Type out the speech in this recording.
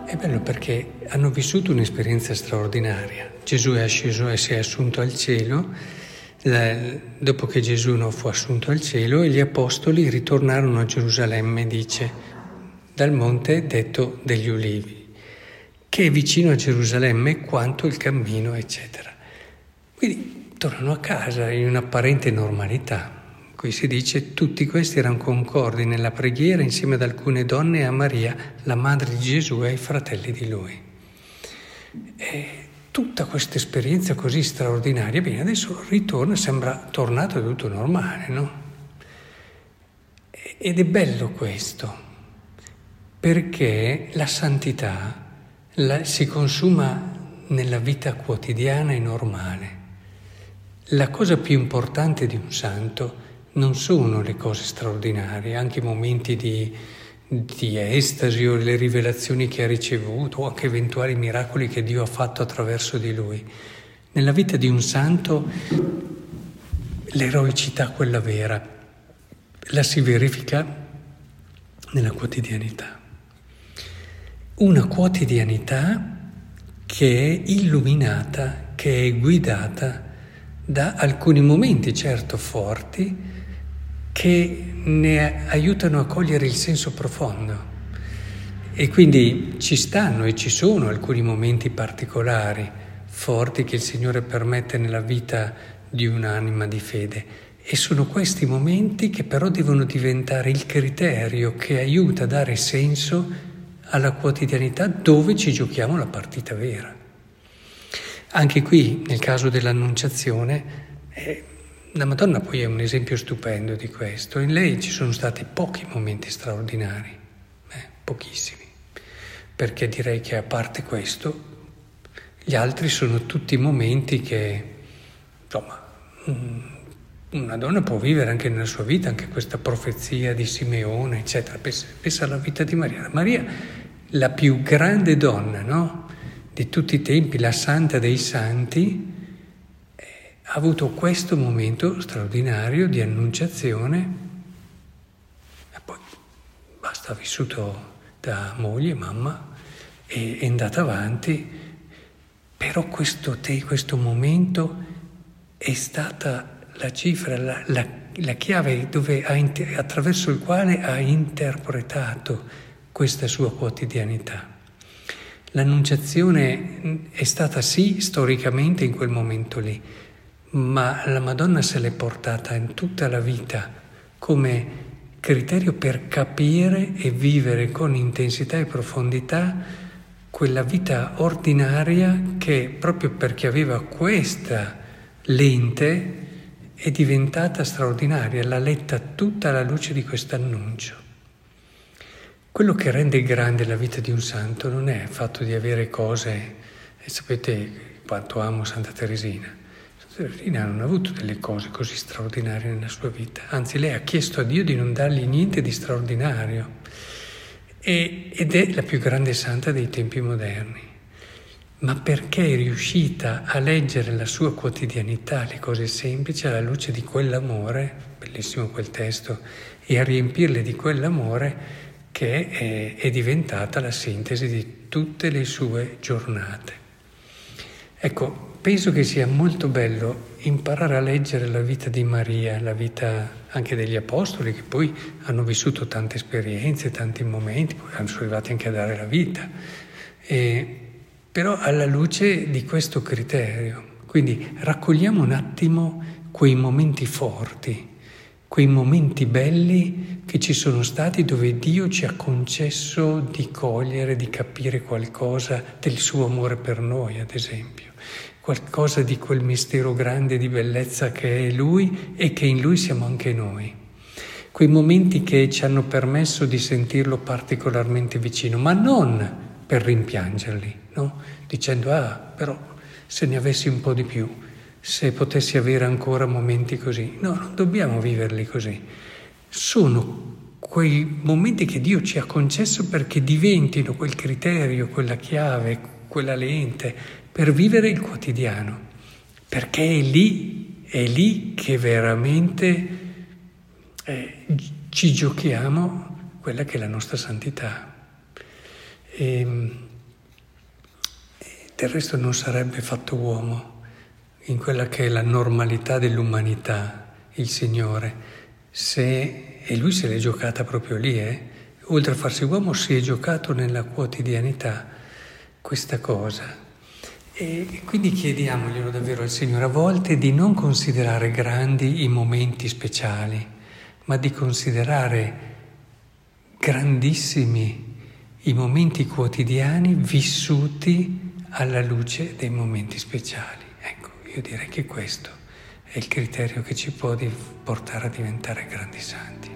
È bello perché hanno vissuto un'esperienza straordinaria. Gesù è sceso e si è assunto al cielo, dopo che Gesù non fu assunto al cielo, e gli apostoli ritornarono a Gerusalemme, dice, dal monte detto degli Ulivi, che è vicino a Gerusalemme quanto il cammino, eccetera. Quindi tornano a casa in un'apparente normalità. Qui si dice, tutti questi erano concordi nella preghiera insieme ad alcune donne e a Maria, la madre di Gesù, e ai fratelli di lui. E tutta questa esperienza così straordinaria, bene, adesso ritorna, sembra tornato tutto normale, no? Ed è bello questo, perché la santità si consuma nella vita quotidiana e normale. La cosa più importante di un santo non sono le cose straordinarie, anche i momenti di estasi o le rivelazioni che ha ricevuto o anche eventuali miracoli che Dio ha fatto attraverso di lui. Nella vita di un santo l'eroicità, quella vera, la si verifica nella quotidianità. Una quotidianità che è illuminata, che è guidata da alcuni momenti certo forti che ne aiutano a cogliere il senso profondo. E quindi ci stanno e ci sono alcuni momenti particolari, forti, che il Signore permette nella vita di un'anima di fede. E sono questi momenti che però devono diventare il criterio che aiuta a dare senso alla quotidianità dove ci giochiamo la partita vera. Anche qui, nel caso dell'Annunciazione, la Madonna poi è un esempio stupendo di questo. In lei ci sono stati pochi momenti straordinari, pochissimi, perché direi che a parte questo, gli altri sono tutti momenti che, insomma, una donna può vivere anche nella sua vita, anche questa profezia di Simeone, eccetera. Pensa alla vita di Maria. Maria, la più grande donna, no? Di tutti i tempi, la santa dei santi, ha avuto questo momento straordinario di annunciazione e poi basta, ha vissuto da moglie, mamma, e è andata avanti, però questo momento è stata la cifra, la chiave attraverso il quale ha interpretato questa sua quotidianità. L'annunciazione è stata sì storicamente in quel momento lì, ma la Madonna se l'è portata in tutta la vita come criterio per capire e vivere con intensità e profondità quella vita ordinaria che, proprio perché aveva questa lente, è diventata straordinaria, l'ha letta tutta alla luce di quest'annuncio. Quello che rende grande la vita di un santo non è il fatto di avere cose, e sapete quanto amo Santa Teresina. Santa Teresina non ha avuto delle cose così straordinarie nella sua vita, anzi lei ha chiesto a Dio di non dargli niente di straordinario, ed è la più grande santa dei tempi moderni. Ma perché è riuscita a leggere la sua quotidianità, le cose semplici, alla luce di quell'amore, bellissimo quel testo, e a riempirle di quell'amore che è diventata la sintesi di tutte le sue giornate. Ecco, penso che sia molto bello imparare a leggere la vita di Maria, la vita anche degli apostoli, che poi hanno vissuto tante esperienze, tanti momenti, poi sono arrivati anche a dare la vita. Però alla luce di questo criterio. Quindi raccogliamo un attimo quei momenti forti, quei momenti belli che ci sono stati dove Dio ci ha concesso di cogliere, di capire qualcosa del suo amore per noi, ad esempio. Qualcosa di quel mistero grande di bellezza che è Lui e che in Lui siamo anche noi. Quei momenti che ci hanno permesso di sentirlo particolarmente vicino, ma non per rimpiangerli, no? Dicendo, però se ne avessi un po' di più, se potessi avere ancora momenti così. No, non dobbiamo viverli così. Sono quei momenti che Dio ci ha concesso perché diventino quel criterio, quella chiave, quella lente per vivere il quotidiano, perché è lì che veramente ci giochiamo quella che è la nostra santità. del resto non sarebbe fatto uomo in quella che è la normalità dell'umanità, il Signore, e lui se l'è giocata proprio lì, oltre a farsi uomo si è giocato nella quotidianità questa cosa. E quindi chiediamoglielo davvero al Signore a volte di non considerare grandi i momenti speciali, ma di considerare grandissimi i momenti quotidiani vissuti alla luce dei momenti speciali. Ecco, io direi che questo è il criterio che ci può portare a diventare grandi santi.